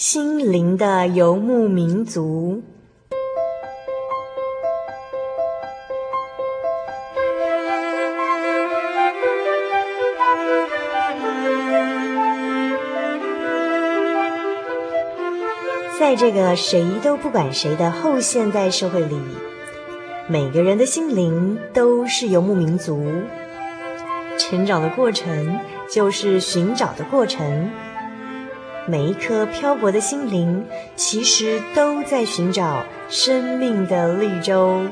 心灵的游牧民族。在这个谁都不管谁的后现代社会里，每个人的心灵都是游牧民族。成长的过程就是寻找的过程，每一颗漂泊的心灵其实都在寻找生命的绿洲。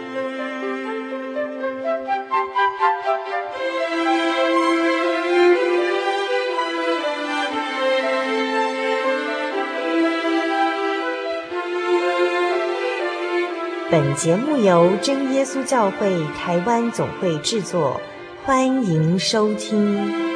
本节目由真耶稣教会台湾总会制作，欢迎收听。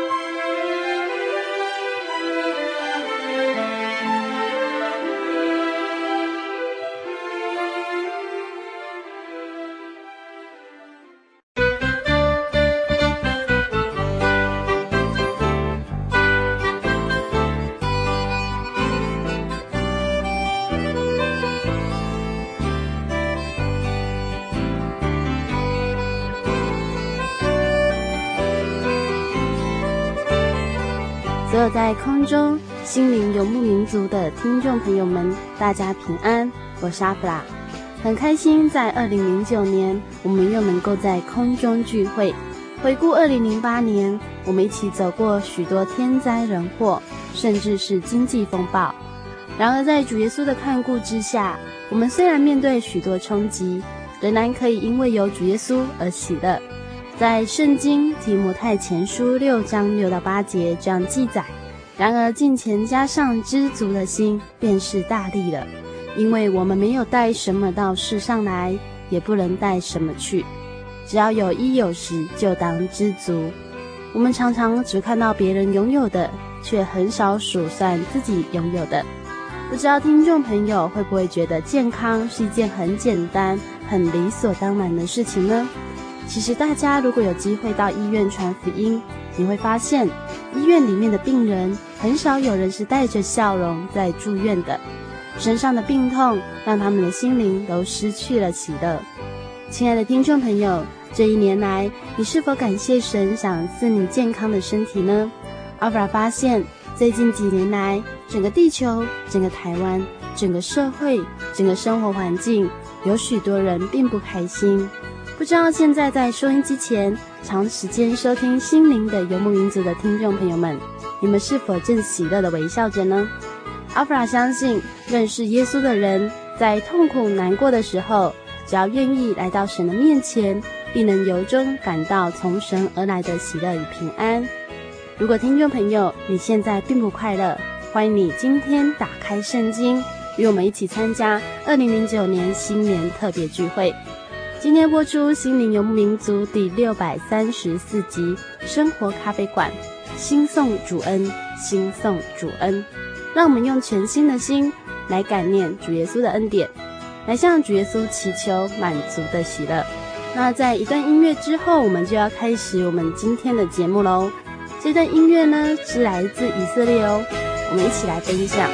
所有在空中心灵游牧民族的听众朋友们，大家平安，我是阿弗拉，很开心在2009年我们又能够在空中聚会，回顾2008年，我们一起走过许多天灾人祸，甚至是经济风暴。然而在主耶稣的看顾之下，我们虽然面对许多冲击，仍然可以因为有主耶稣而喜乐。在圣经提摩太前书6章6到8节这样记载，然而敬虔加上知足的心，便是大利了，因为我们没有带什么到世上来，也不能带什么去，只要有衣有食，就当知足。我们常常只看到别人拥有的，却很少数算自己拥有的。不知道听众朋友会不会觉得健康是一件很简单很理所当然的事情呢？其实大家如果有机会到医院传福音，你会发现医院里面的病人很少有人是带着笑容在住院的，身上的病痛让他们的心灵都失去了喜乐。亲爱的听众朋友，这一年来你是否感谢神想赐你健康的身体呢？阿弗拉发现最近几年来，整个地球、整个台湾、整个社会、整个生活环境，有许多人并不开心。不知道现在在收音机前长时间收听心灵的游牧民族的听众朋友们，你们是否正喜乐的微笑着呢？阿弗拉相信，认识耶稣的人在痛苦难过的时候，只要愿意来到神的面前，必能由衷感到从神而来的喜乐与平安。如果听众朋友你现在并不快乐，欢迎你今天打开圣经，与我们一起参加2009年新年特别聚会。今天播出心灵游牧民族第634集生活咖啡馆，心颂主恩，心颂主恩。让我们用全新的心来感念主耶稣的恩典，来向主耶稣祈求满足的喜乐。那在一段音乐之后，我们就要开始我们今天的节目咯。这段音乐呢是来自以色列哦，我们一起来分享。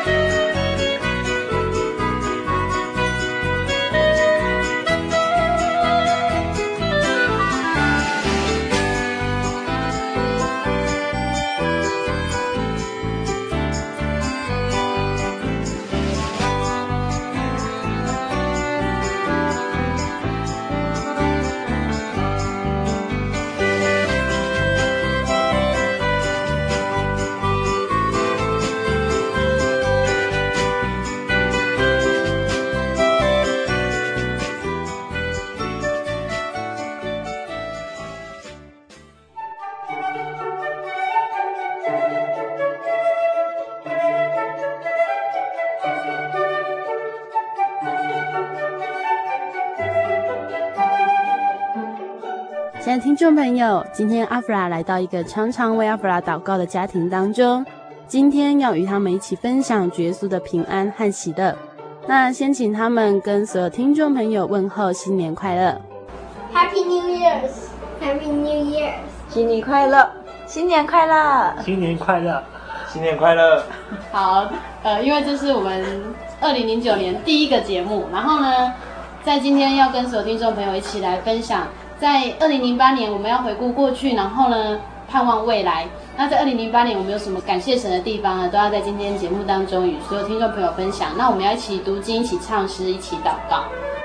亲爱的听众朋友，今天阿弗拉来到一个常常为阿弗拉祷告的家庭当中，今天要与他们一起分享主耶稣的平安和喜乐。那先请他们跟所有听众朋友问候新年快乐。 Happy New Year's! Happy New Year's! 新年快乐，新年快乐， 新年快乐。 新年快乐！ 好，因为这是我们2009年第一个节目，然后呢，在今天要跟所有听众朋友一起来分享，在2008年我们要回顾过去，然后呢，盼望未来。那在2008年我们有什么感谢神的地方呢？都要在今天节目当中与所有听众朋友分享。那我们要一起读经，一起唱诗，一起祷告。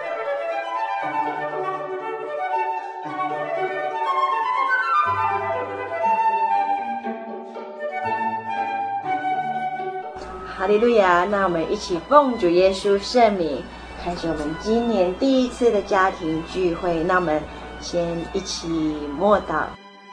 哈利路亚！那我们一起奉主耶稣圣名，开始我们今年第一次的家庭聚会。那我们先一起默祷。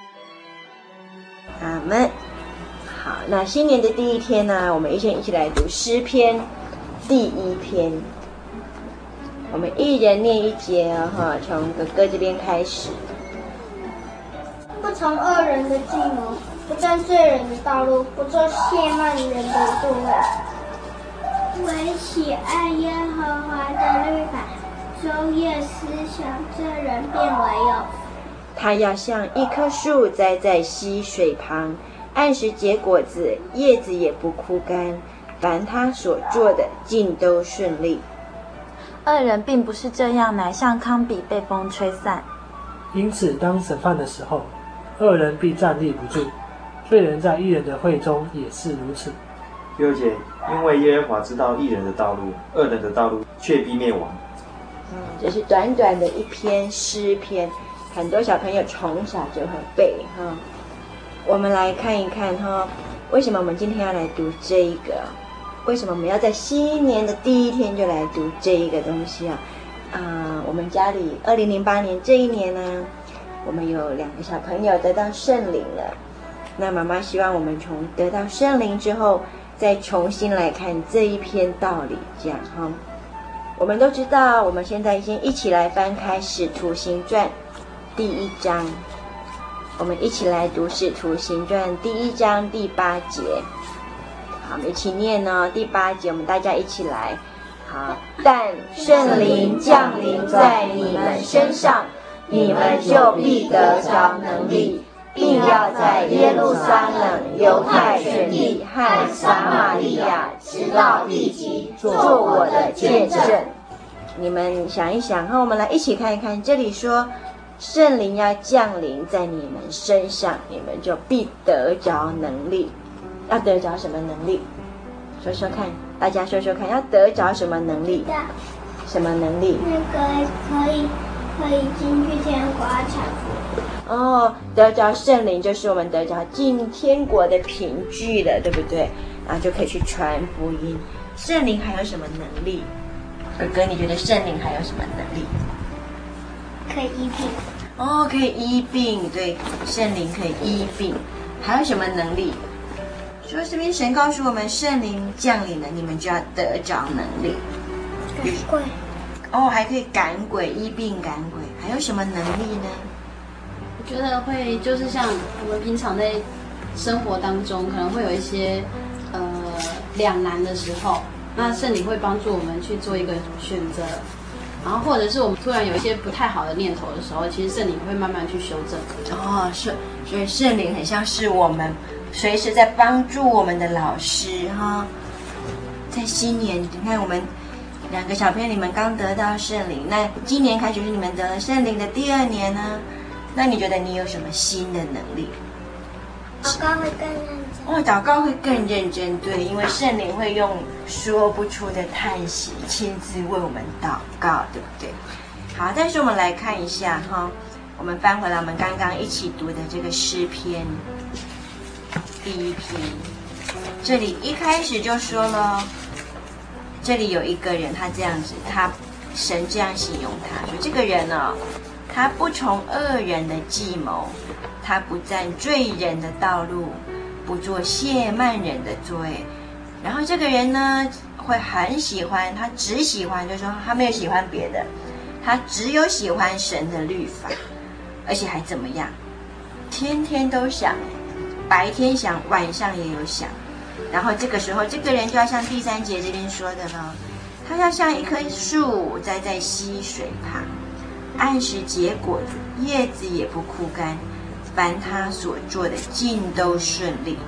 阿们。好，那新年的第一天呢，我们先一起来读诗篇第1篇。我们一人念一节哈，从哥哥这边开始。 不从恶人的计谋，不占罪人的道路，不做亵慢人的座位。唯喜爱耶和华的律法，昼夜思想，这人便为有福。 他要像一棵树栽在溪水旁，按时结果子，叶子也不枯干。凡他所做的，尽都顺利。 恶人并不是这样，乃像糠秕被风吹散。 因此，当审判的时候，恶人必站立不住；罪人在义人的会中也是如此。 6节，因为耶和华知道义人的道路，恶人的道路却必灭亡。 这是短短的一篇诗篇，很多小朋友从小就会背哈。我们来看一看哈，为什么我们今天要来读这一个？为什么我们要在新年的第一天就来读这一个东西啊？我们家里2008年这一年呢，我们有2个小朋友得到圣灵了。那妈妈希望我们从得到圣灵之后，再重新来看这一篇道理，这样哈。我们都知道，我们现在先一起来翻开《使徒行传》第1章，我们一起来读《使徒行传》第1章第8节。好，我们一起念哦。第8节，我们大家一起来。好，但圣灵降临在你们身上，你们就必得着能力，并要在耶路撒冷、犹太全地和撒玛利亚直到地极，做我的见证。你们想一想，和我们来一起看一看，这里说圣灵要降临在你们身上，你们就必得着能力。要得着什么能力？说说看，大家说说看，要得着什么能力？什么能力？ 那个可以进去天国传福音。 哦，得着圣灵就是我们得着进天国的凭据了，对不对？然后就可以去传福音。圣灵还有什么能力？哥哥，你觉得圣灵还有什么能力？ 可以医病。 哦，可以医病，对，圣灵可以医病。还有什么能力？说这边神告诉我们，圣灵降临了，你们就要得着能力。 赶鬼。 哦，还可以赶鬼，医病赶鬼。还有什么能力呢？ 我觉得会就是像我们平常在生活当中，可能会有一些两难的时候，那圣灵会帮助我们去做一个选择，然后或者是我们突然有一些不太好的念头的时候，其实圣灵会慢慢去修正。 哦，所以圣灵很像是我们随时在帮助我们的老师哈。在新年，你看我们2个小朋友，你们刚得到圣灵，那今年开始是你们得了圣灵的第2年呢，那你觉得你有什么新的能力？ 祷告会更认真。 哦，祷告会更认真，对，因为圣灵会用说不出的叹息亲自为我们祷告，对不对？好，但是我们来看一下哈，我们翻回来我们刚刚一起读的这个诗篇第1篇，这里一开始就说了，这里有一个人，他这样子，神这样形容他，说这个人呢，他不从恶人的计谋，他不占罪人的道路，不做亵慢人的作为。然后这个人呢，会很喜欢，他只喜欢，就是说他没有喜欢别的，他只有喜欢神的律法，而且还怎么样？天天都想，白天想，晚上也有想。然后这个时候，这个人就要像第3节这边说的了，他要像一棵树栽在溪水旁，按时结果子，叶子也不枯干，凡他所做的尽都顺利。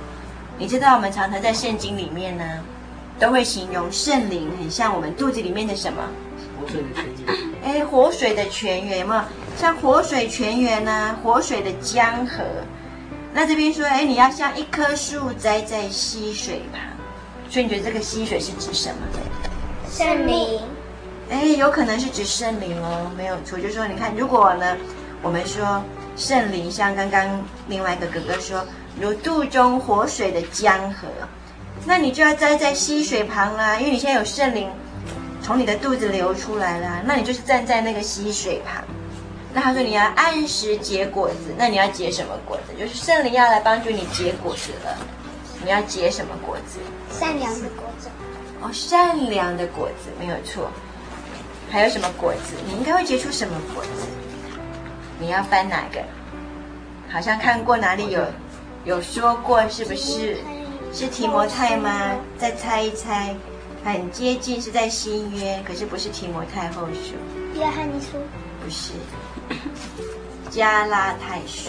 你知道我们常常在圣经里面呢，都会形容圣灵很像我们肚子里面的什么？ 活水的泉源。 哎，活水的泉源有没有？像活水泉源呢，活水的江河。那这边说，哎，你要像一棵树栽在溪水旁，所以你觉得这个溪水是指什么？ 圣灵。 哎，有可能是指圣灵哦，没有错。就是说，你看，如果呢，我们说圣灵，像刚刚另外一个哥哥说，如肚中活水的江河，那你就要栽在溪水旁啦，因为你现在有圣灵从你的肚子流出来啦，那你就是站在那个溪水旁。那他说你要按时结果子，那你要结什么果子？就是圣灵要来帮助你结果子了。你要结什么果子？ 善良的果子。 哦，善良的果子，没有错。还有什么果子？你应该会结出什么果子？你要翻哪个？好像看过哪里有说过，是不是？是提摩太吗？再猜一猜，很接近，是在新约，可是不是提摩太后书。 约翰一书。 不是，加拉太书。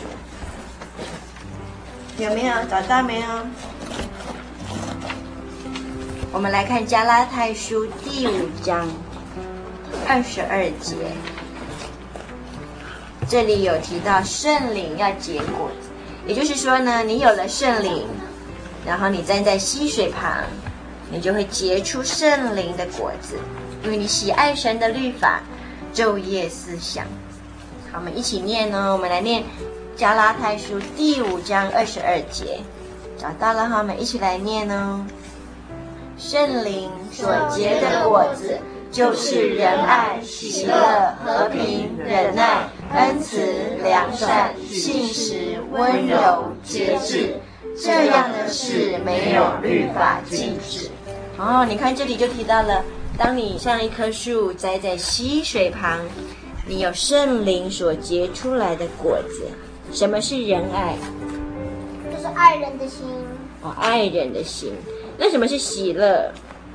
有没有找到没有？我们来看加拉太书第5章22节，这里有提到圣灵要结果子，也就是说呢，你有了圣灵，然后你站在溪水旁，你就会结出圣灵的果子，因为你喜爱神的律法，昼夜思想。好，我们一起念呢，我们来念加拉太书第5章22节，找到了哈，我们一起来念哦。圣灵所结的果子，就是仁爱、喜乐、和平、忍耐、恩慈、良善、信实、温柔、节制。这样的事没有律法禁止。哦，你看这里就提到了，当你像一棵树栽在溪水旁，你有圣灵所结出来的果子。什么是仁爱？ 就是爱人的心。 哦，爱人的心。那什么是喜乐？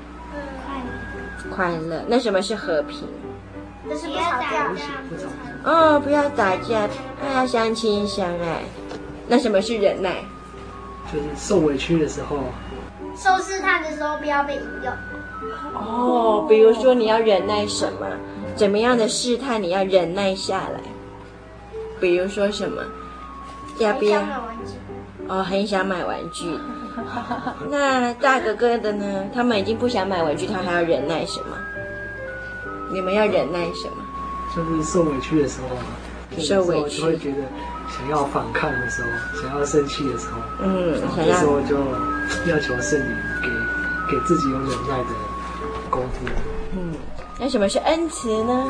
快乐。那什么是和平？ 就是不吵架。 哦，不要打架，要相亲相爱。那什么是忍耐？ 就是受委屈的时候， 受试探的时候不要被引诱。 哦，比如说你要忍耐什么？怎么样的试探你要忍耐下来？比如说什么？要不要？哦，很想买玩具。那大哥哥的呢？他们已经不想买玩具，他还要忍耐什么？你们要忍耐什么？ 就是受委屈的时候啊， 受委屈就会觉得想要反抗的时候，想要生气的时候， 想要这时候就要求圣灵给自己有忍耐的功夫。 那什么是恩慈呢？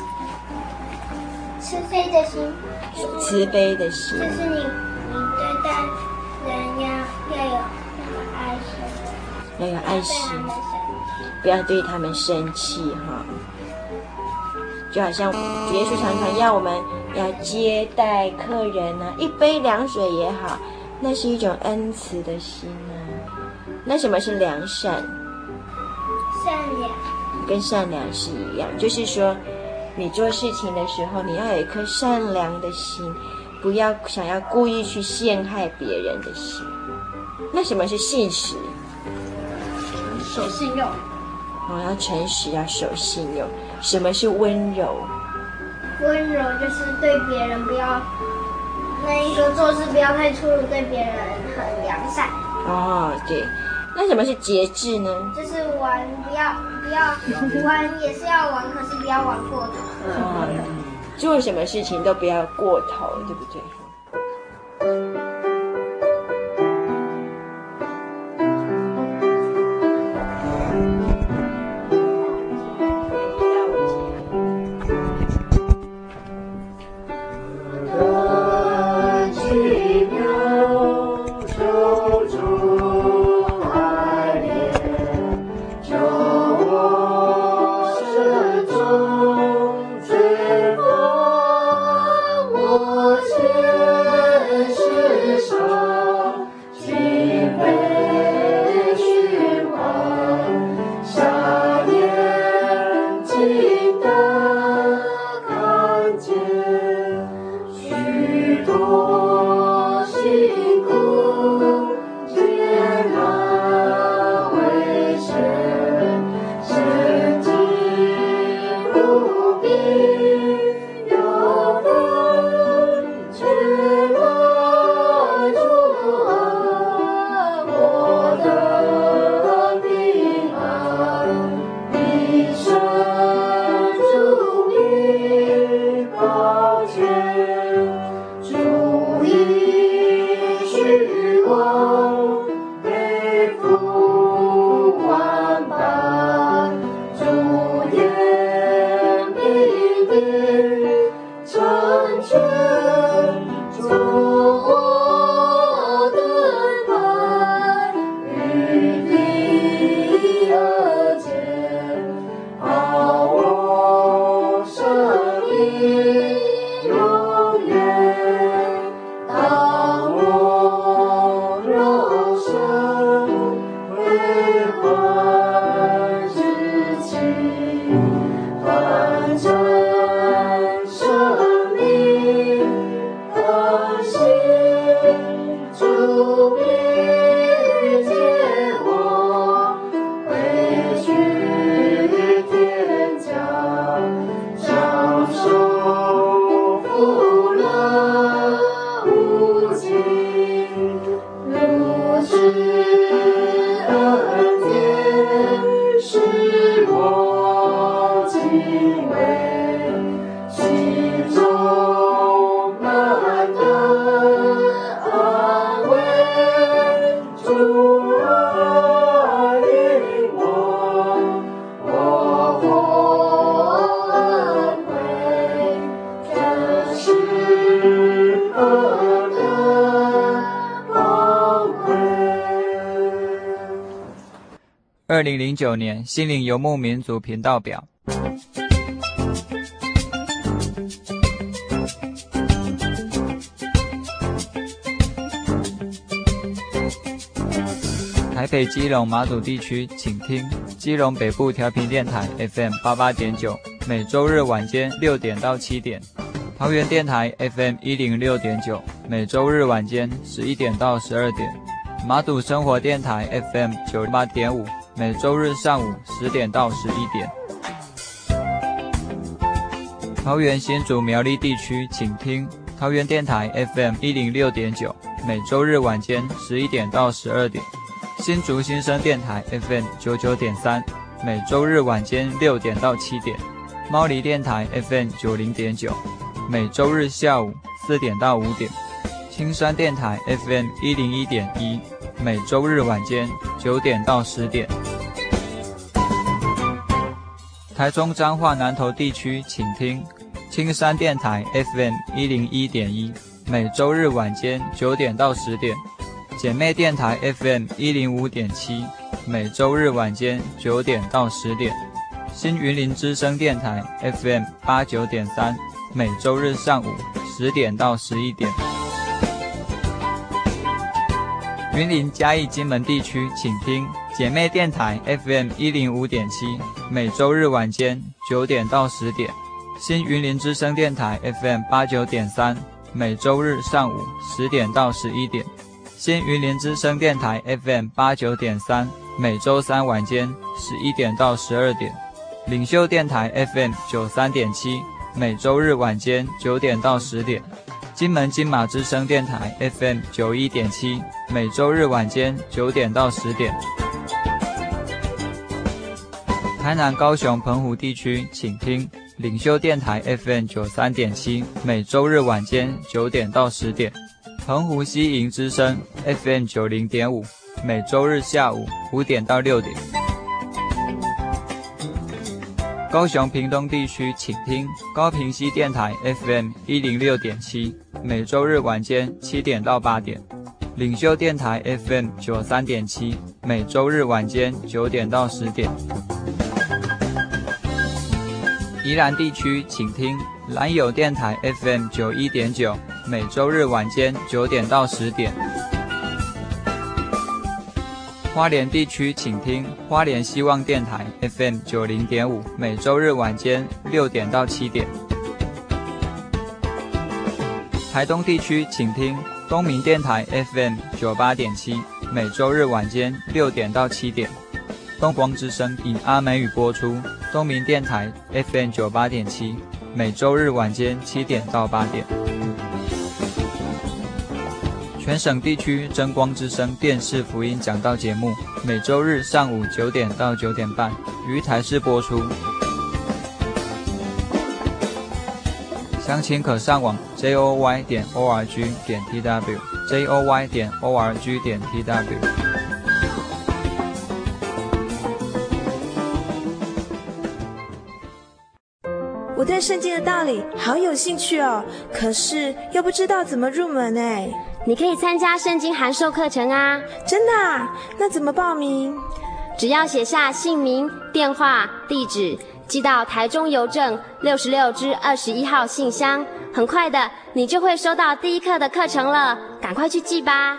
慈悲的心。 慈悲的心。 就是你对待人要有爱心。 要有爱心，不要对他们生气哈。就好像主耶稣常常要我们要接待客人啊，一杯凉水也好，那是一种恩慈的心啊。那什么是良善？ 善良。 跟善良是一样，就是说你做事情的时候，你要有一颗善良的心，不要想要故意去陷害别人的心。那什么是信实？ 守信用。 要诚实，要守信用。什么是温柔？ 温柔就是对别人不要做事不要太粗鲁，对别人很良善。 哦，对。那什么是节制呢？ 就是玩不要玩也是要玩，可是不要玩过头。 做什么事情都不要过头，对不对？ 我 2009年心灵游牧民族频道表。台北、基隆、马祖地区请听基隆北部调频电台 FM 88.9，每周日晚间6点到7点；桃园电台 FM 106.9，每周日晚间11点到12点；马祖生活电台 FM 98.5，每周日上午10点到11点。桃园新竹苗栗地区请听桃园电台 FM 106.9，每周日晚间11点到12点。新竹新生电台 FM 99.3，每周日晚间6点到7点；猫狸电台 FM 90.9，每周日下午4点到5点；青山电台 FM 101.1，每周日晚间9点到10点。台中彰化南投地区请听青山电台 FM 101.1，每周日晚间9点到10点。姐妹电台 FM 105.7，每周日晚间9点到10点；新云林之声电台 FM 89.3，每周日上午10点到11点。云林嘉义金门地区请听姐妹电台 FM 105.7，每周日晚间9点到10点；新云林之声电台 FM 89.3，每周日上午10点到11点。新云林之声电台 FM 89.3，每周三晚间11点到12点；领袖电台 FM 93.7，每周日晚间9点到10点；金门金马之声电台 FM 91.7，每周日晚间9点到10点。台南高雄澎湖地区请听领袖电台 FM 93.7，每周日晚间9点到10点；澎湖西营之声 FM 90.5，每周日下午5点到6点。高雄屏东地区请听高屏溪电台 FM 106.7，每周日晚间7点到8点；领袖电台 FM 93.7，每周日晚间9点到10点。宜兰地区请听兰友电台 FM 91.9，每周日晚间9点到10点。花莲地区请听花莲希望电台 FM 90.5，每周日晚间6点到7点。台东地区请听东明电台 FM 98.7，每周日晚间6点到7点。东光之声以阿美语播出，东明电台 FM 98.7，每周日晚间7点到8点。全省地区真光之声电视福音讲道节目，每周日上午9点到9点半于台视播出。详情可上网 joy.org.tw joy.org.tw。 我对圣经的道理好有兴趣哦，可是又不知道怎么入门哎。 你可以参加圣经函授课程啊。 真的啊？那怎么报名？ 只要写下姓名、电话、地址，寄到台中邮政66-21号信箱，很快的你就会收到第一课的课程了，赶快去寄吧。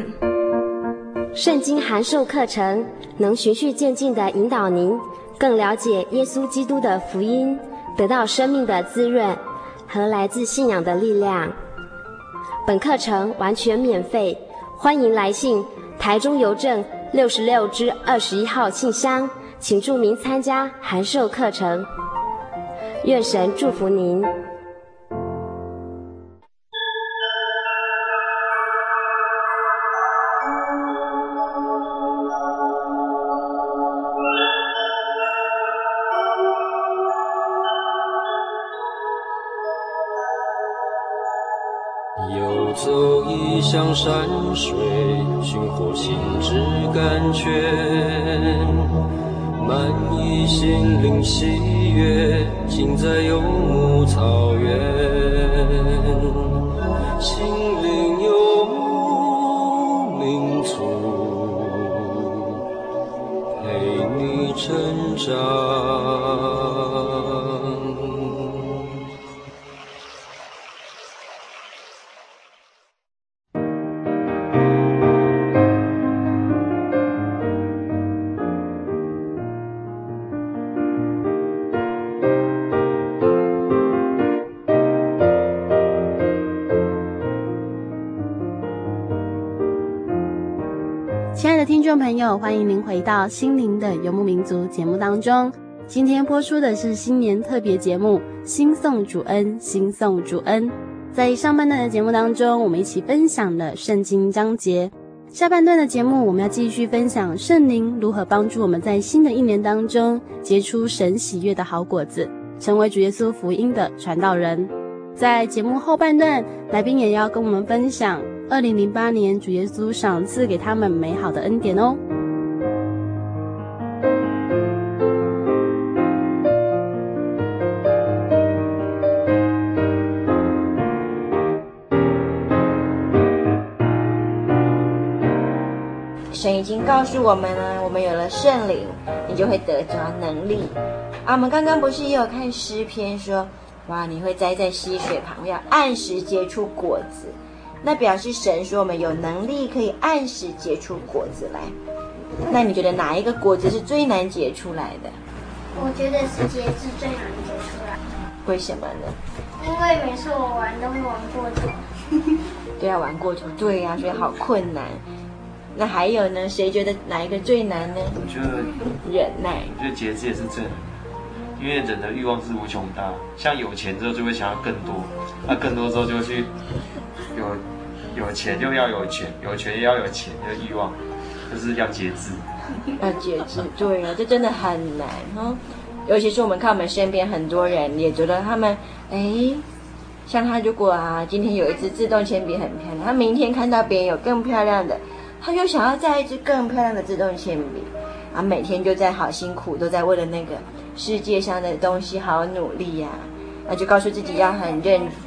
圣经函授课程能循序渐进地引导您更了解耶稣基督的福音，得到生命的滋润和来自信仰的力量。本课程完全免费，欢迎来信台中邮政66-21号信箱，请注明参加函授课程。愿神祝福您。 游走异乡山水，寻获心之甘泉，满溢心灵喜悦，尽在游牧草原。心灵游牧民族，陪成长。 亲爱的听众朋友，欢迎您回到《心灵的游牧民族》节目当中。今天播出的是新年特别节目《心颂主恩，心颂主恩》。在上半段的节目当中，我们一起分享了圣经章节。下半段的节目，我们要继续分享圣灵如何帮助我们在新的一年当中结出神喜悦的好果子，成为主耶稣福音的传道人。在节目后半段，来宾也要跟我们分享2008年主耶稣赏赐给他们美好的恩典哦。 神已经告诉我们了，我们有了圣灵，你就会得着能力啊。我们刚刚不是也有看诗篇说，哇，你会栽在溪水旁，要按时结出果子，那表示神说我们有能力可以按时结出果子来。那你觉得哪一个果子是最难结出来的？ 我觉得是节制最难结出来。 为什么呢？ 因为每次我玩都会玩过头。 对啊，玩过头，对啊，所以好困难。那还有呢？谁觉得哪一个最难呢？ 我觉得忍耐。 我觉得节制也是最难的，因为人的欲望是无穷大。像有钱之后就会想要更多，那更多之后就会去有钱就要有权，有权也要有钱的欲望，就是要节制。 要节制，对啊，这真的很难哦。尤其是我们看我们身边很多人，也觉得他们，像他如果今天有一支自动铅笔很漂亮，他明天看到别人有更漂亮的，他就想要再一支更漂亮的自动铅笔，每天就在好辛苦，都在为了那个世界上的东西好努力呀。那就告诉自己要很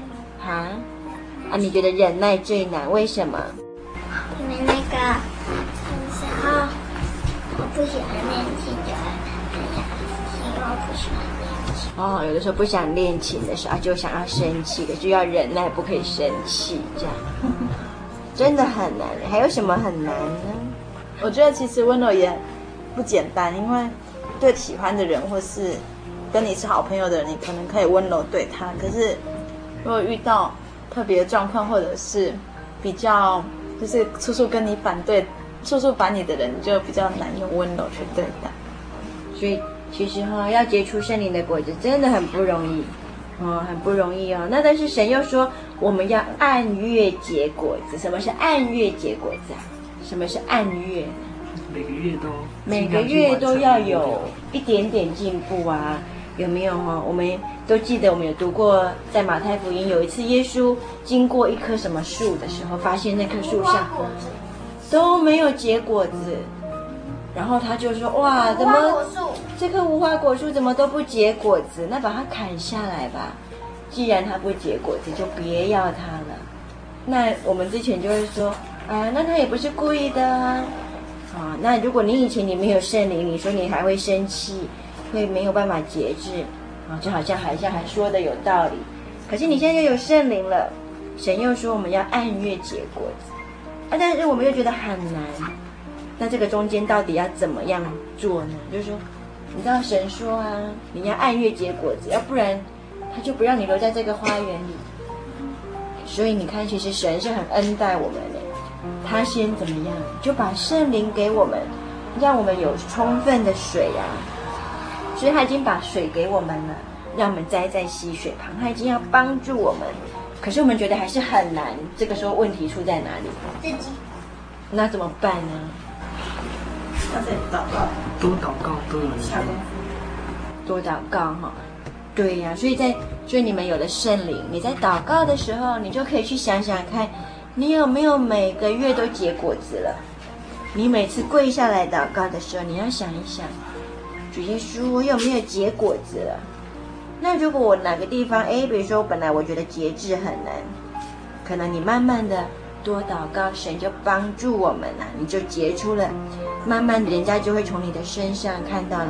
你觉得忍耐最难，为什么？ 因为那个有时候我不喜欢练琴，就很难因为我不喜欢练琴。 有的时候不想练琴的时候就想要生气，可是要忍耐，不可以生气，这样真的很难。还有什么很难呢？ 我觉得其实温柔也不简单，因为对喜欢的人或是跟你是好朋友的人，你可能可以温柔对他，可是如果遇到特别的状况，或者是比较就是处处跟你反对、处处反你的人，你就比较难用温柔去对待。 所以其实要结出圣灵的果子真的很不容易，很不容易哦。那但是神又说我们要按月结果子。什么是按月结果子啊？什么是按月？每个月都要有一点点进步啊，有没有我们都记得，我们有读过在马太福音，有一次耶稣经过一棵什么树的时候，发现那棵树上都没有结果子，然后他就说，哇，怎么这棵无花果树怎么都不结果子？那把它砍下来吧，既然它不结果子，就别要它了。那我们之前就会说，那他也不是故意的那如果你以前你没有圣灵，你说你还会生气，会没有办法节制就好像海下还说的有道理。可是你现在又有圣灵了，神又说我们要按月结果子但是我们又觉得很难。那这个中间到底要怎么样做呢？就是说，你知道神说你要按月结果子，要不然他就不让你留在这个花园里。所以你看，其实神是很恩待我们的，他先怎么样，就把圣灵给我们，让我们有充分的水所以他已经把水给我们了，让我们栽在溪水旁，他已经要帮助我们。可是我们觉得还是很难，这个时候问题出在哪里？ 自己。 那怎么办呢？ 要再祷告， 多祷告，多有效， 多祷告对呀，所以你们有了圣灵，你在祷告的时候，你就可以去想想看，你有没有每个月都结果子了？你每次跪下来祷告的时候，你要想一想，主耶稣，我有没有结果子了？那如果我哪个地方比如说本来我觉得节制很难，可能你慢慢的多祷告，神就帮助我们你就结出了，慢慢的人家就会从你的身上看到了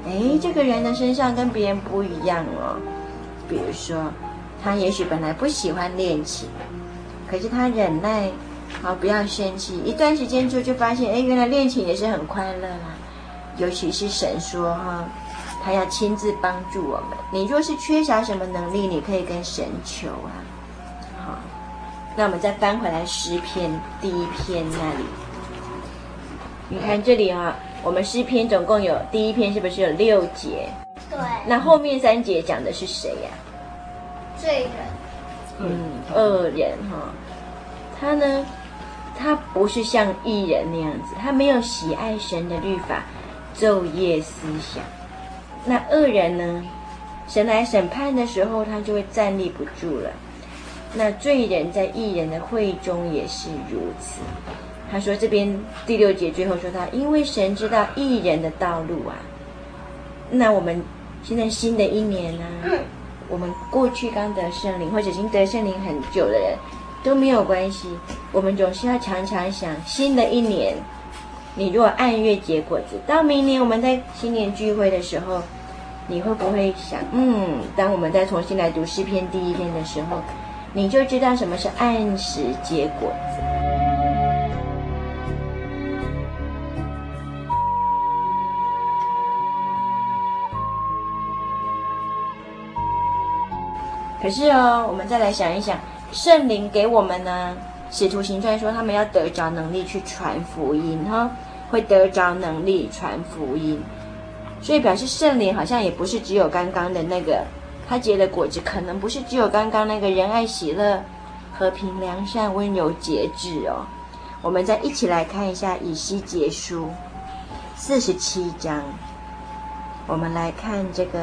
这个人的身上跟别人不一样哦。比如说，他也许本来不喜欢练琴，可是他忍耐，不要生气。一段时间之后就发现，原来练琴也是很快乐啦。尤其是神说他要亲自帮助我们。你若是缺少什么能力，你可以跟神求啊。好，那我们再翻回来诗篇第1篇那里，你看这里我们诗篇总共有第1篇是不是有6节？ 对。 那后面3节讲的是谁呀？ 罪人。 恶人他呢，他不是像义人那样子，他没有喜爱神的律法，昼夜思想。那恶人呢，神来审判的时候，他就会站立不住了。那罪人在义人的会中也是如此。他说这边第6节最后说他，因为神知道义人的道路啊。那我们现在新的一年呢，我们过去刚得圣灵或者已经得圣灵很久的人都没有关系，我们总是要常常想，新的一年你如果按月结果子，到明年我们在新年聚会的时候，你会不会想当我们再重新来读诗篇第1篇的时候，你就知道什么是按时结果子。可是我们再来想一想，圣灵给我们呢，使徒行传说他们要得着能力去传福音会得着能力传福音，所以表示圣灵好像也不是只有刚刚的那个他结的果子，可能不是只有刚刚那个仁爱喜乐和平良善温柔节制我们再一起来看一下以西结书47章，我们来看这个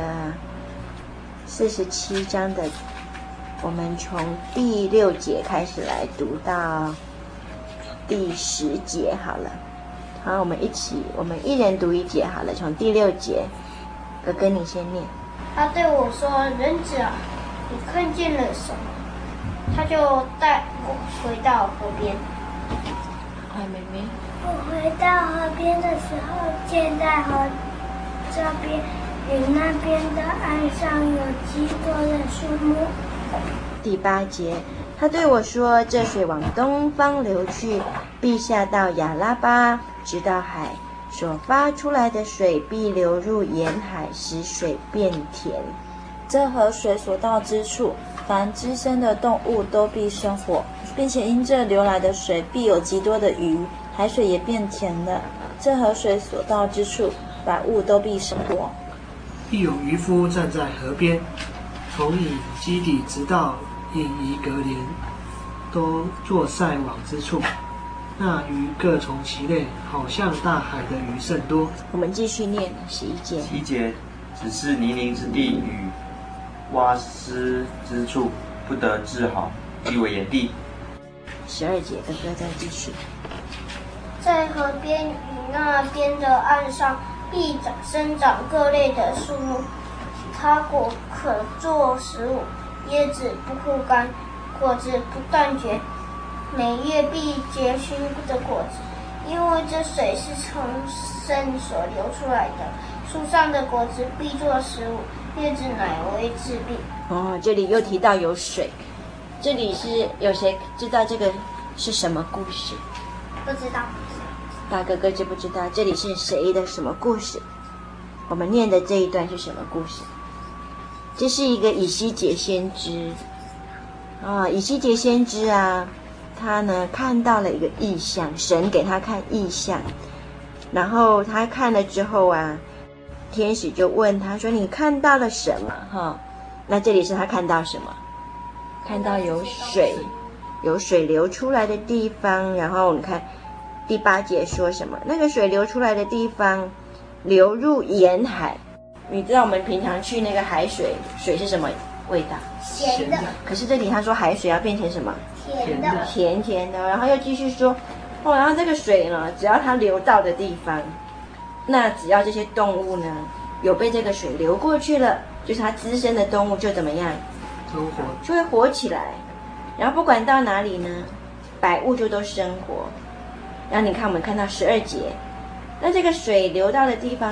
47章的，我们从第6节开始来读到第10节好了。好，我们一人读1节好了，从第6节，哥哥你先念。 他对我说：“人子啊，你看见了什么？”他就带我回到河边。 快，妹妹。 我回到河边的时候，见在河这边与那边的岸上有极多的树木。 第8节，他对我说：“这水往东方流去，必下到亚拉巴，直到海。所发出来的水必流入沿海，使水变甜。 这河水所到之处，凡滋生的动物都必生活，并且因这流来的水必有极多的鱼，海水也变甜了。这河水所到之处，百物都必生活。 必有渔夫站在河边，从以基底直到以伊格连，都做晒网之处。那鱼各从其类，好像大海的鱼甚多。” 我们继续念11节。 7节，只是泥泞之地与洼湿之处，不得治好，即为炎地。 12节，哥哥再继续。 在河边与那边的岸上，必生长各类的树木，它果可做食物，叶子不枯干，果子不断绝，每月必结许的果子，因为这水是从圣所流出来的。树上的果子必做食物，叶子乃为治病。 这里又提到有水，这里是有谁知道这个是什么故事？ 不知道。 大哥哥知不知道这里是谁的什么故事？我们念的这一段是什么故事？这是一个以西结先知以西结先知他呢看到了一个异象，神给他看异象，然后他看了之后天使就问他说：“你看到了什么？”那这里是他看到什么？看到有水流出来的地方。然后你看第8节说什么？那个水流出来的地方流入沿海。你知道我们平常去那个海水，水是什么味道？ 咸的。 可是这里他说海水要变成什么？ 甜的。 甜甜的。然后又继续说然后这个水呢，只要它流到的地方，那只要这些动物呢有被这个水流过去了，就是它滋生的动物就怎么样？就会活起来。然后不管到哪里呢，百物就都生活。然后你看我们看到12节，那这个水流到的地方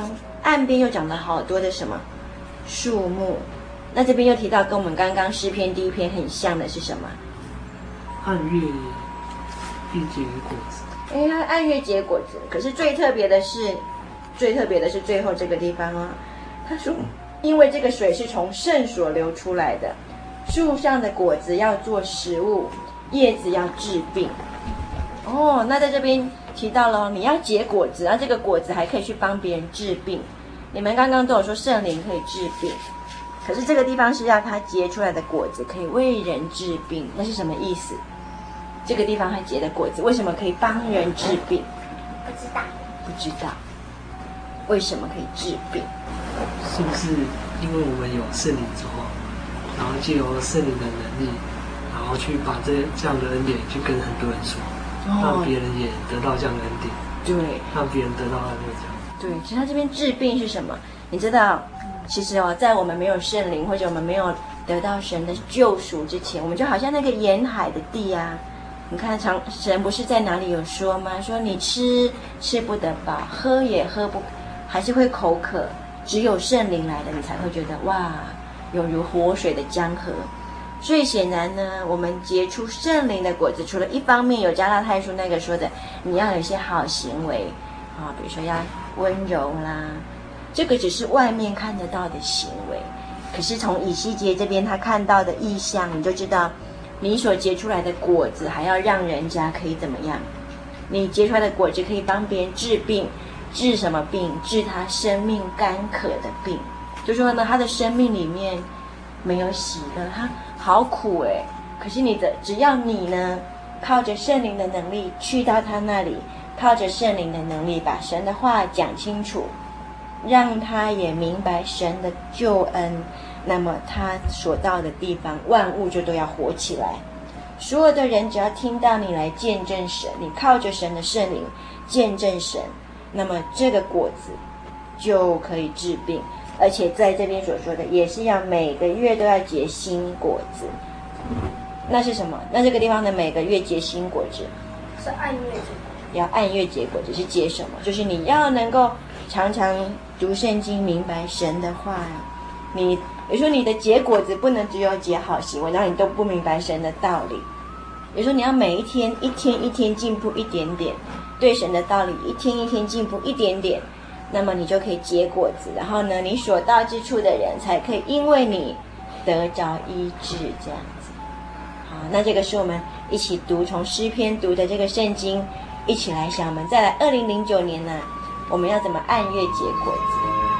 岸边又长了好多的什么树木。那这边又提到跟我们刚刚诗篇第一篇很像的是什么？ 按月必结果子。 它按月结果子。可是最特别的是最后这个地方啊，他说，因为这个水是从圣所流出来的，树上的果子要做食物，叶子要治病。哦，那在这边提到了你要结果子，然后这个果子还可以去帮别人治病。你们刚刚都有说圣灵可以治病，可是这个地方是要它结出来的果子可以为人治病，那是什么意思？这个地方它结的果子为什么可以帮人治病？不知道为什么可以治病？ 是不是因为我们有圣灵之后，然后借由圣灵的能力，然后去把这样的恩典去跟很多人说，让别人也得到这样的恩典， 对， 让别人得到安慰这样。 对，其实他这边治病是什么？你知道，其实在我们没有圣灵或者我们没有得到神的救赎之前，我们就好像那个沿海的地啊。你看，神不是在哪里有说吗？说你吃不得饱，喝也喝不，还是会口渴。只有圣灵来了，你才会觉得哇，有如活水的江河。所以显然呢，我们结出圣灵的果子，除了一方面有加拉太书那个说的，你要有一些好行为啊，比如说要温柔啦，这个只是外面看得到的行为。可是从以西结这边他看到的意象，你就知道，你所结出来的果子还要让人家可以怎么样？你结出来的果子可以帮别人治病，治什么病？治他生命干渴的病。就说呢，他的生命里面没有喜乐，他好苦诶。可是只要你呢，靠着圣灵的能力去到他那里，靠着圣灵的能力把神的话讲清楚，让他也明白神的救恩，那么他所到的地方，万物就都要活起来。所有的人只要听到你来见证神，你靠着神的圣灵见证神，那么这个果子就可以治病。而且在这边所说的也是要每个月都要结新果子。那是什么？那这个地方的每个月结新果子是按月结果， 要按月结果子。是结什么？就是你要能够常常读圣经，明白神的话呀。你比如说你的结果子不能只有结好行为，然后你都不明白神的道理。比如说你要每一天一天进步一点点，对神的道理一天一天进步一点点，那么你就可以结果子。然后呢，你所到之处的人才可以因为你得着医治，这样子。好，那这个是我们一起读从诗篇读的这个圣经，一起来想我们再来2009年呢，我们要怎么按月结果子。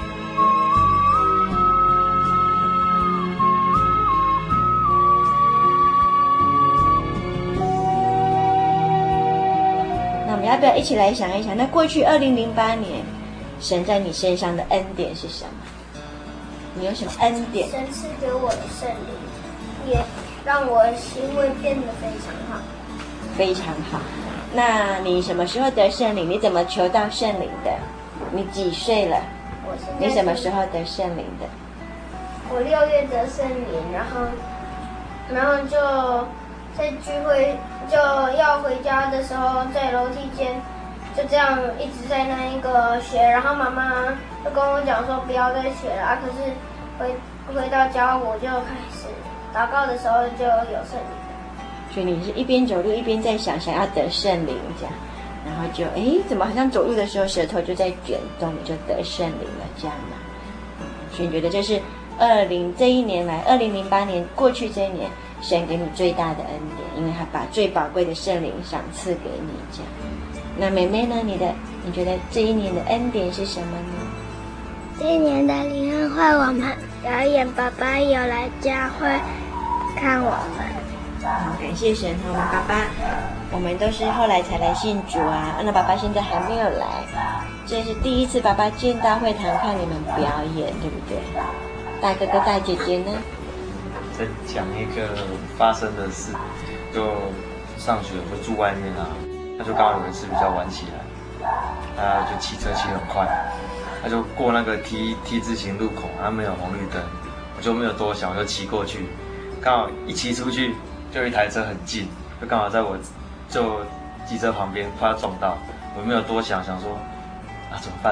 那我们要不要一起来想一想，那过去2008年神在你身上的恩典是什么？你有什么恩典？ 神赐给我的圣灵，也让我的行为变得非常好。 非常好。那你什么时候得圣灵？你怎么求到圣灵的？你几岁了？你什么时候得圣灵的？ 我6月得圣灵，然后就在聚会就要回家的时候，在楼梯间就这样一直在那一个学，然后妈妈就跟我讲说不要再学了啊。可是回到家我就开始祷告的时候就有圣灵。 所以你是一边走路一边在想要得圣灵这样，然后就怎么好像走路的时候舌头就在卷动，你就得圣灵了这样嘛。所以你觉得这是这一年来2008年过去这一年神给你最大的恩典，因为他把最宝贵的圣灵赏赐给你这样。那妹妹呢？你觉得这一年的恩典是什么呢？ 这一年的联欢会我们表演，爸爸有来教会看我们。 好，感谢神和我们爸爸，我们都是后来才来信主啊。那爸爸现在还没有来，这是第一次爸爸见到会堂看你们表演，对不对？大哥哥大姐姐呢？ 在讲一个发生的事，就上学就住外面啊，他就刚好有一次比较晚起来，他就骑车骑很快，他就过那个 T 字形路口，他没有红绿灯，我就没有多想，我就骑过去，刚好一骑出去就有一台车很近，就刚好在我就机车旁边，怕撞到，我没有多想，想说怎么办？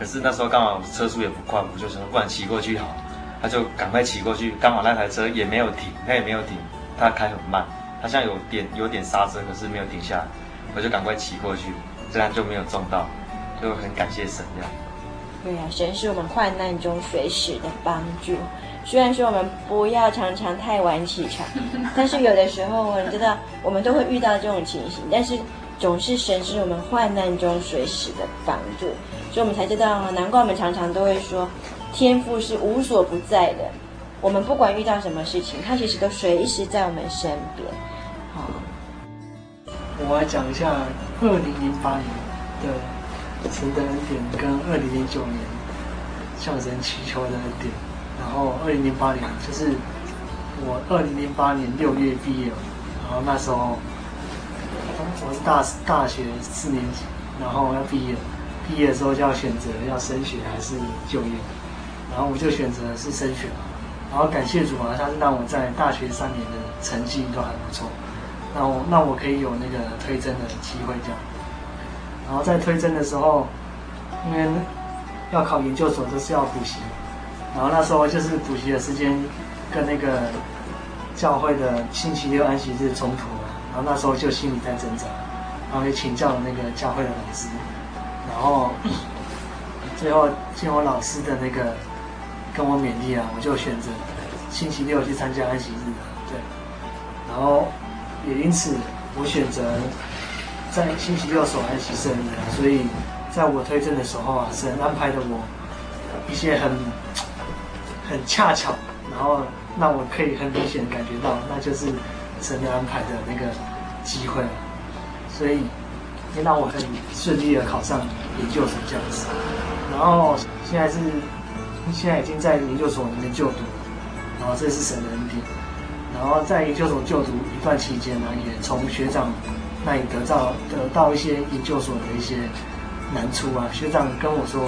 可是那时候刚好车速也不快，我就说不然骑过去好，他就赶快骑过去，刚好那台车也没有停，他也没有停，他开很慢，他像有点刹车，可是没有停下来，我就赶快骑过去，这样就没有撞到，就很感谢神这样。 对啊，神是我们患难中随时的帮助。虽然说我们不要常常太晚起床，但是有的时候你知道我们都会遇到这种情形，但是总是神是我们患难中随时的帮助，所以我们才知道，难怪我们常常都会说天父是无所不在的，我们不管遇到什么事情，他其实都随时在我们身边。好， 我来讲一下2008年的神的恩典跟2009年向神祈求的恩典。然后2008年就是我2008年6月毕业，然后那时候我是大学4年级，然后要毕业的时候就要选择要升学还是就业，然后我就选择是升学，然后感谢主啊，他是让我在大学3年的成绩都还不错，让我可以有那个推甄的机会这样。然后在推甄的时候，因为要考研究所都是要补习，然后那时候就是补习的时间跟那个教会的星期六安息日冲突了，然后那时候就心里在挣扎，然后也请教了那个教会的老师，然后最后经过老师的那个跟我勉励啊，我就选择星期六去参加安息日，对，然后也因此我选择在星期六守安息圣日，所以在我推甄的时候啊，神安排了我一些很恰巧，然后让我可以很明显感觉到，那就是神的安排的那个机会，所以也让我很顺利的考上研究所这样子。然后现在已经在研究所里面就读，然后这是神的恩典。然后在研究所就读一段期间呢，也从学长那里得到一些研究所的一些难处啊。学长跟我说，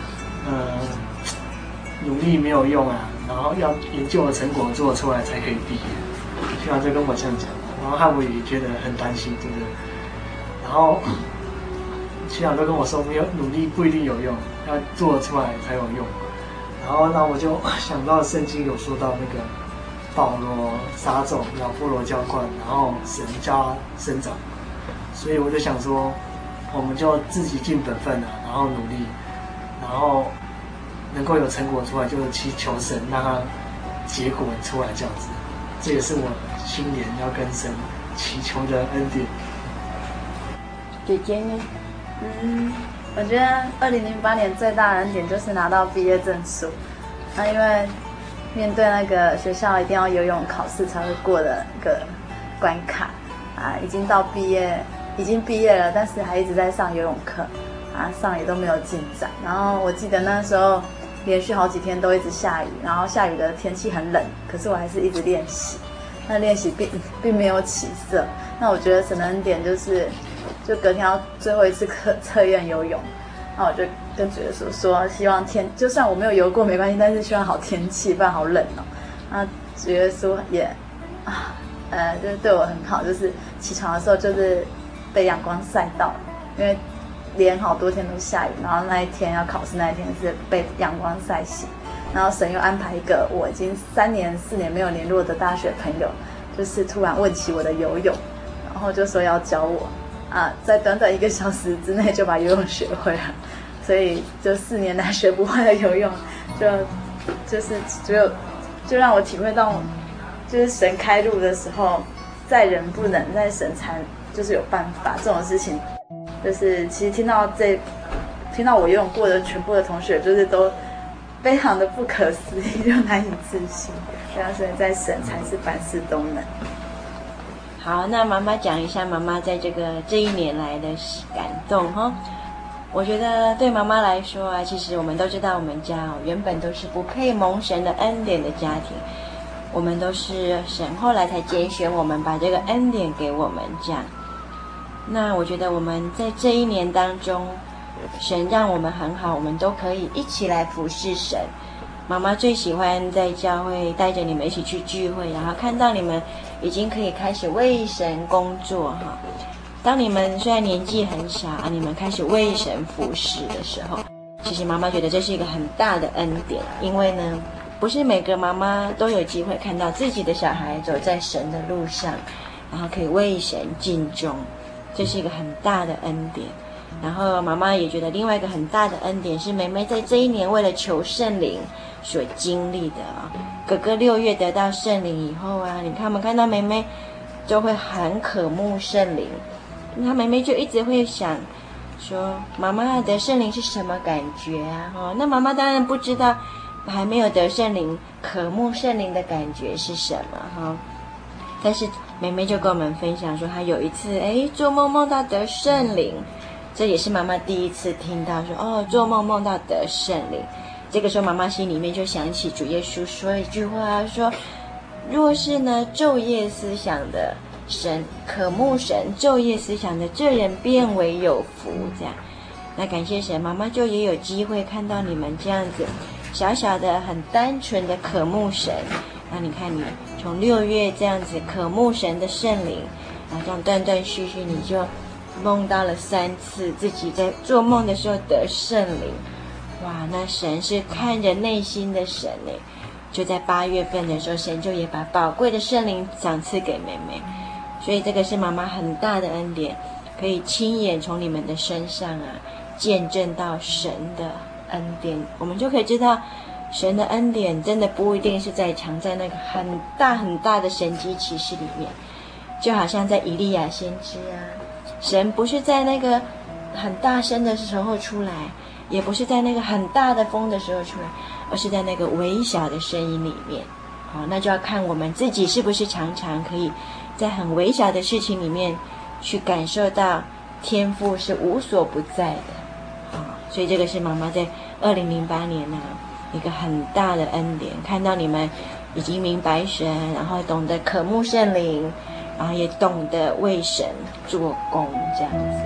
努力没有用啊，然后要研究的成果做出来才可以毕业。学长就跟我这样讲，然后我也觉得很担心，对不对？然后学长都跟我说，没有努力不一定有用，要做出来才有用。然后那我就想到圣经有说到那个保罗撒种，亚波罗浇灌，然后神叫他生长，所以我就想说，我们就自己尽本分啊，然后努力，然后能够有成果出来，就祈求神让它结果出来这样子。这也是我新年要跟神祈求的恩典。 姐姐呢？ 我觉得2008年最大的恩典就是拿到毕业证书。那因为面对那个学校一定要游泳考试才会过的一个关卡啊，已经毕业了，但是还一直在上游泳课啊，上也都没有进展。然后我记得那时候连续好几天都一直下雨，然后下雨的天气很冷，可是我还是一直练习。那练习并没有起色。那我觉得神的恩典就隔天要最后一次测验游泳，那我就跟主耶稣说，希望就算我没有游过没关系，但是希望好天气，不然好冷哦。那主耶稣也就是对我很好，就是起床的时候就是被阳光晒到，因为连好多天都下雨，然后那一天要考试那一天是被阳光晒醒，然后神又安排一个我已经3年4年没有联络的大学朋友，就是突然问起我的游泳，然后就说要教我啊，在短短1个小时之内就把游泳学会了，所以就4年来学不会的游泳，就让我体会到，就是神开路的时候，在人不能，在神才就是有办法。这种事情，就是其实听到我游泳过的全部的同学，就是都非常的不可思议，就难以置信。对啊，所以在神才是凡事都能。 好，那妈妈讲一下妈妈在这一年来的感动哈。我觉得对妈妈来说啊，其实我们都知道，我们家原本都是不配蒙神的恩典的家庭，我们都是神后来才拣选我们，把这个恩典给我们这样。那我觉得我们在这一年当中，神让我们很好，我们都可以一起来服侍神。妈妈最喜欢在教会带着你们一起去聚会，然后看到你们已经可以开始为神工作哈。当你们虽然年纪很小啊，你们开始为神服侍的时候， 其实妈妈觉得这是一个很大的恩典，因为呢，不是每个妈妈都有机会看到自己的小孩走在神的路上，然后可以为神尽忠，这是一个很大的恩典。然后妈妈也觉得另外一个很大的恩典是妹妹在这一年为了求圣灵所经历的啊。哥哥6月得到圣灵以后啊，你看我们看到妹妹就会很渴慕圣灵，那妹妹就一直会想说妈妈得圣灵是什么感觉啊？那妈妈当然不知道还没有得圣灵渴慕圣灵的感觉是什么但是妹妹就跟我们分享说她有一次做梦梦到得圣灵，这也是妈妈第一次听到说做梦梦到得圣灵。这个时候妈妈心里面就想起主耶稣说一句话说，若是呢昼夜思想的神，渴慕神昼夜思想的这人变为有福。这样，那感谢神，妈妈就也有机会看到你们这样子小小的很单纯的渴慕神。那你看你从6月这样子渴慕神的圣灵，然后这样断断续续你就梦到了3次自己在做梦的时候得圣灵。哇，那神是看着内心的神就在8月份的时候，神就也把宝贵的圣灵赏赐给妹妹。所以这个是妈妈很大的恩典，可以亲眼从你们的身上见证到神的恩典。我们就可以知道神的恩典真的不一定是藏在那个很大很大的神迹奇事里面，就好像在以利亚先知神不是在那个很大声的时候出来，也不是在那个很大的风的时候出来，而是在那个微小的声音里面。那就要看我们自己是不是常常可以在很微小的事情里面去感受到天父是无所不在的所以这个是妈妈在2008年一个很大的恩典，看到你们已经明白神，然后懂得渴慕圣灵，然后也懂得为神做工这样子。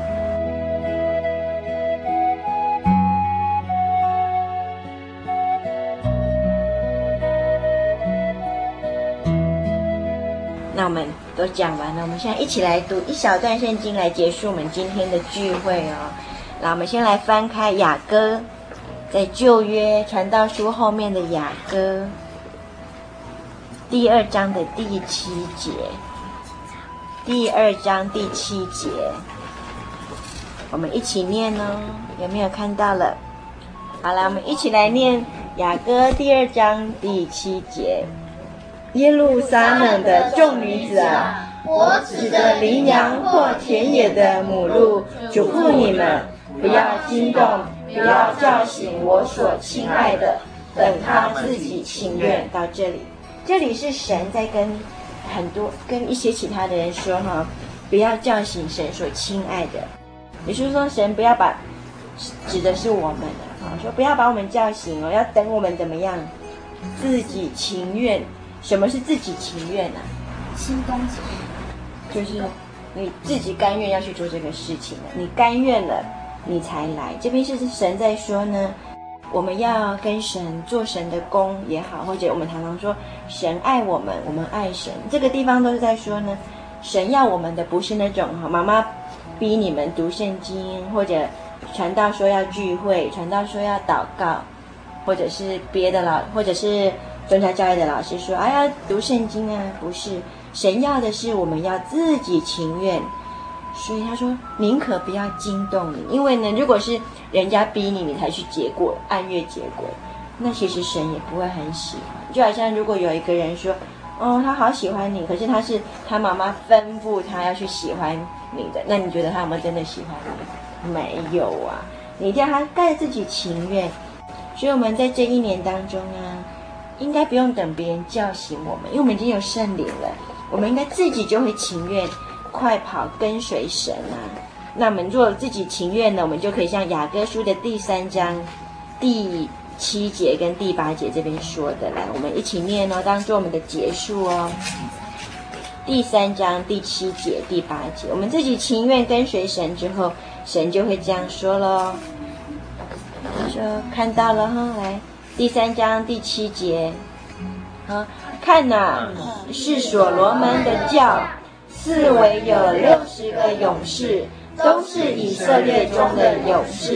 那我们都讲完了，我们现在一起来读一小段圣经来结束我们今天的聚会那我们先来翻开雅歌，在旧约传道书后面的雅歌第2章的第7节，第2章第7节，我们一起念有没有看到了？好了，我们一起来念雅歌第2章第7节。耶路撒冷的众女子我指着羚羊或田野的母鹿嘱咐你们，不要惊动，不要叫醒我所亲爱的，等他自己情愿。到这里是神在跟一些其他的人说不要叫醒神所亲爱的。也就是说神不要指的是我们说不要把我们叫醒要等我们怎么样？自己情愿。什么是自己情愿心甘情愿，就是你自己甘愿要去做这个事情了，你甘愿了你才来。这边是神在说呢，我们要跟神做神的工也好，或者我们常常说神爱我们，我们爱神，这个地方都是在说呢，神要我们的不是那种妈妈逼你们读圣经，或者传道说要聚会，传道说要祷告，或者是别的或者是宗教教育的老师说要读圣经不是，神要的是我们要自己情愿。所以他说宁可不要惊动你，因为呢如果是人家逼你，你才去按月结果，那其实神也不会很喜欢。就好像如果有一个人说他好喜欢你，可是他妈妈吩咐他要去喜欢你的，那你觉得他有没有真的喜欢你？没有你一定要他盖自己情愿。所以我们在这1年当中应该不用等别人叫醒我们，因为我们已经有圣灵了，我们应该自己就会情愿快跑跟随神那我们如果自己情愿呢，我们就可以像雅歌书的第3章第7节跟第8节这边说的，来我们一起念当做我们的结束第3章第7节第8节，我们自己情愿跟随神之后，神就会这样说咯。他说看到了来第3章第7节看是所罗门的教，四围有60个勇士，都是以色列中的勇士，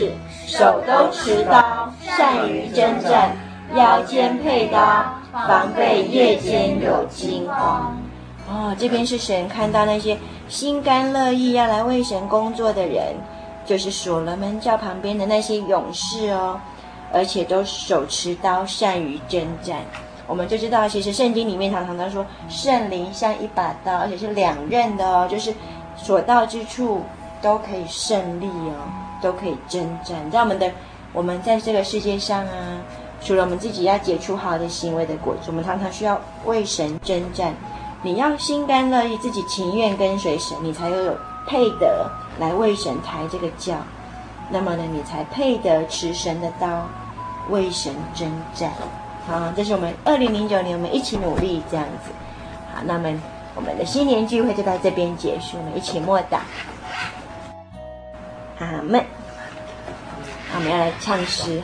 手都持刀，善于征战，腰间佩刀，防备夜间有惊慌。这边是神看到那些心甘乐意要来为神工作的人，就是所罗门教旁边的那些勇士哦，而且都手持刀，善于征战。我们就知道，其实圣经里面常常都说圣灵像一把刀，而且是两刃的哦，就是所到之处都可以胜利哦，都可以征战。你知道我们在这个世界上啊，除了我们自己要结出好的行为的果子，我们常常需要为神征战。你要心甘乐意，自己情愿跟随神，你才有配得来为神抬这个教。那么呢，你才配得持神的刀，为神征战。好，这是我们2009年我们一起努力这样子。好，那么我们的新年聚会就到这边结束，我们一起默祷。阿们。我们要来唱诗。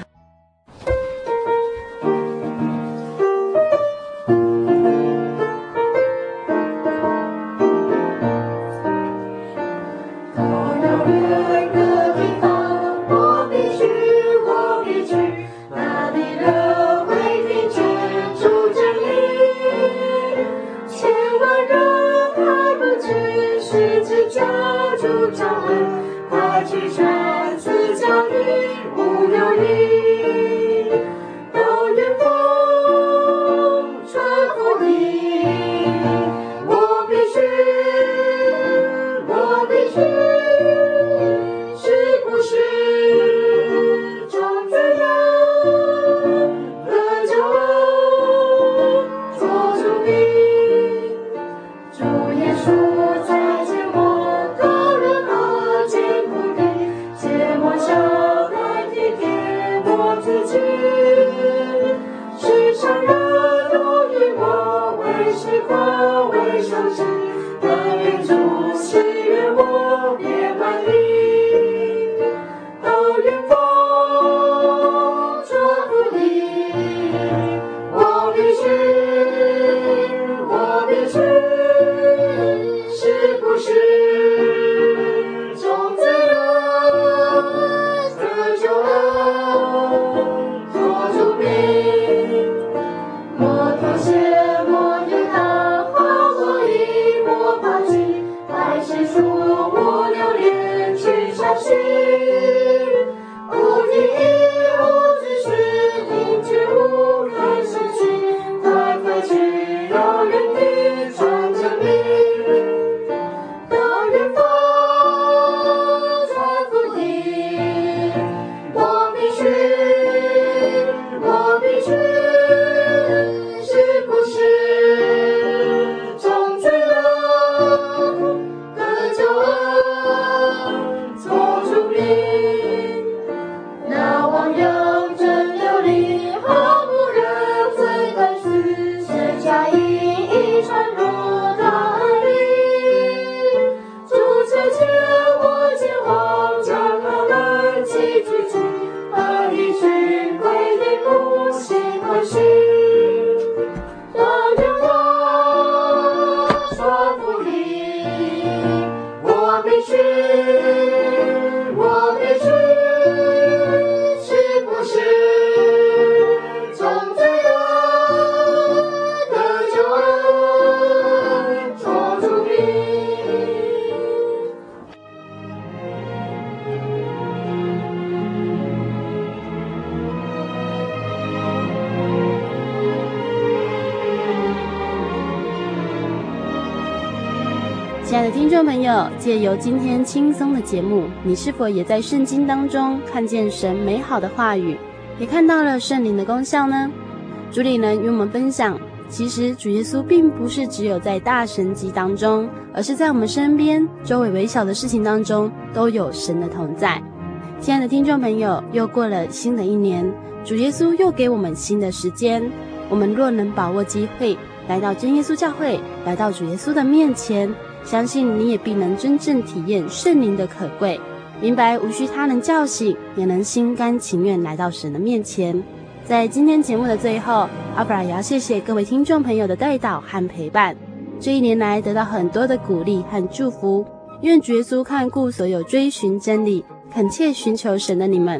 亲爱的听众朋友，借由今天轻松的节目，你是否也在圣经当中看见神美好的话语，也看到了圣灵的功效呢？主理人与我们分享，其实主耶稣并不是只有在大神迹当中，而是在我们身边周围微小的事情当中都有神的同在。亲爱的听众朋友，又过了新的一年，主耶稣又给我们新的时间，我们若能把握机会，来到真耶稣教会，来到主耶稣的面前，相信你也必能真正体验圣灵的可贵，明白无需他人叫醒，也能心甘情愿来到神的面前。在今天节目的最后，阿布拉也要谢谢各位听众朋友的带导和陪伴，这一年来得到很多的鼓励和祝福。愿主耶稣看顾所有追寻真理、恳切寻求神的你们，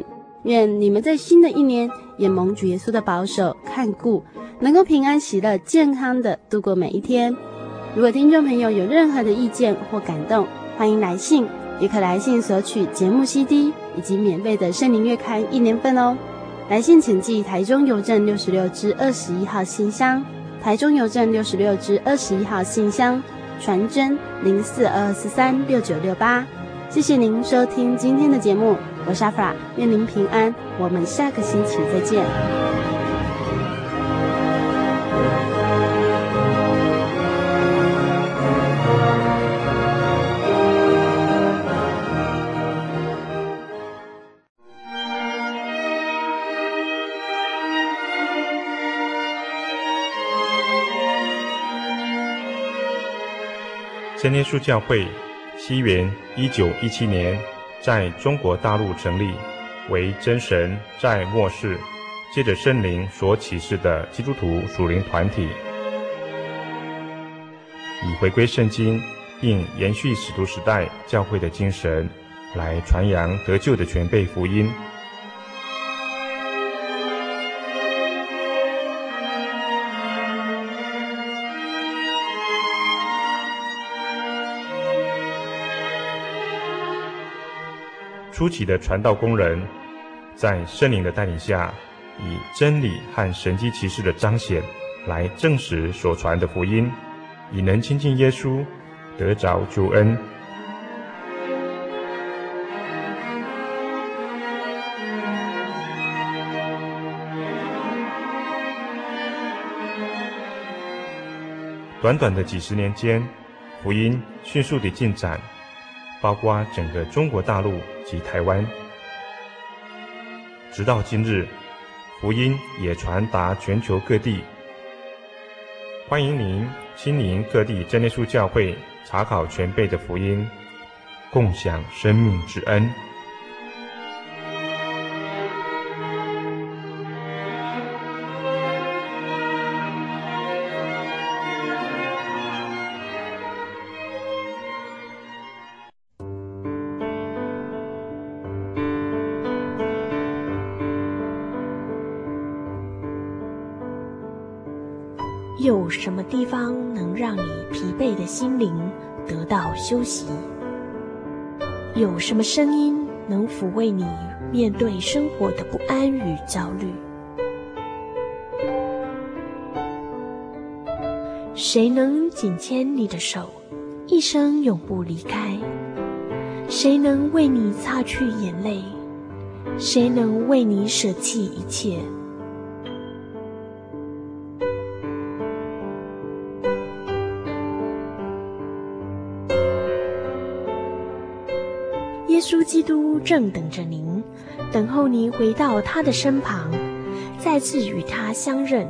愿你们在新的一年也蒙主耶稣的保守看顾，能够平安喜乐健康的度过每一天。如果听众朋友有任何的意见或感动，欢迎来信，也可来信索取节目 CD 以及免费的圣灵月刊1年份哦。来信请寄台中邮政66支21号信箱，台中邮政66支21号信箱，传真0422436968。谢谢您收听今天的节目，我是阿弗拉，愿您平安，我们下个星期再见。 真耶稣教会西元1917年在中国大陆成立，为真神在末世借着圣灵所启示的基督徒属灵团体，以回归圣经并延续使徒时代教会的精神，来传扬得救的全备福音。初期的传道工人在圣灵的带领下，以真理和神迹奇事的彰显来证实所传的福音，以能亲近耶稣，得着救恩。短短的几十年间，福音迅速地进展，包括整个中国大陆及台湾。直到今日，福音也传达全球各地。欢迎您亲临各地真耶稣教会，查考全备的福音，共享生命之恩。 有什么地方能让你疲惫的心灵得到休息？有什么声音能抚慰你面对生活的不安与焦虑？谁能紧牵你的手，一生永不离开？谁能为你擦去眼泪？谁能为你舍弃一切？耶稣基督正等着您，等候您回到他的身旁，再次与他相认。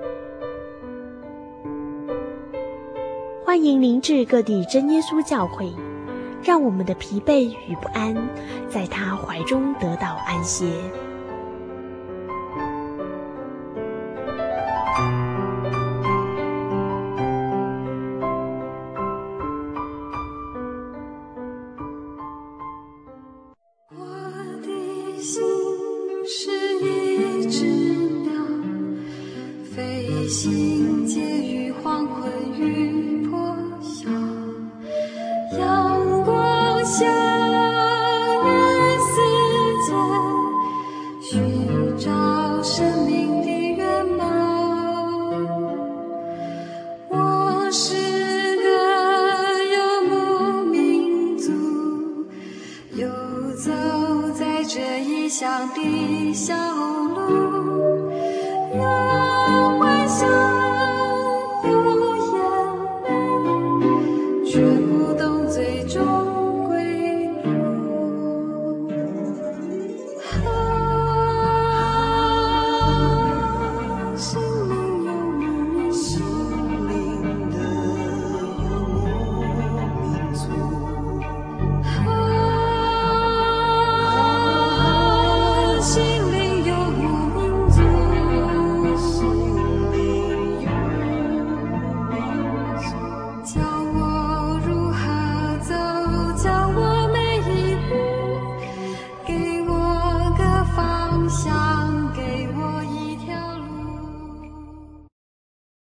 欢迎您至各地真耶稣教会，让我们的疲惫与不安在他怀中得到安歇。 飞行介于黄昏与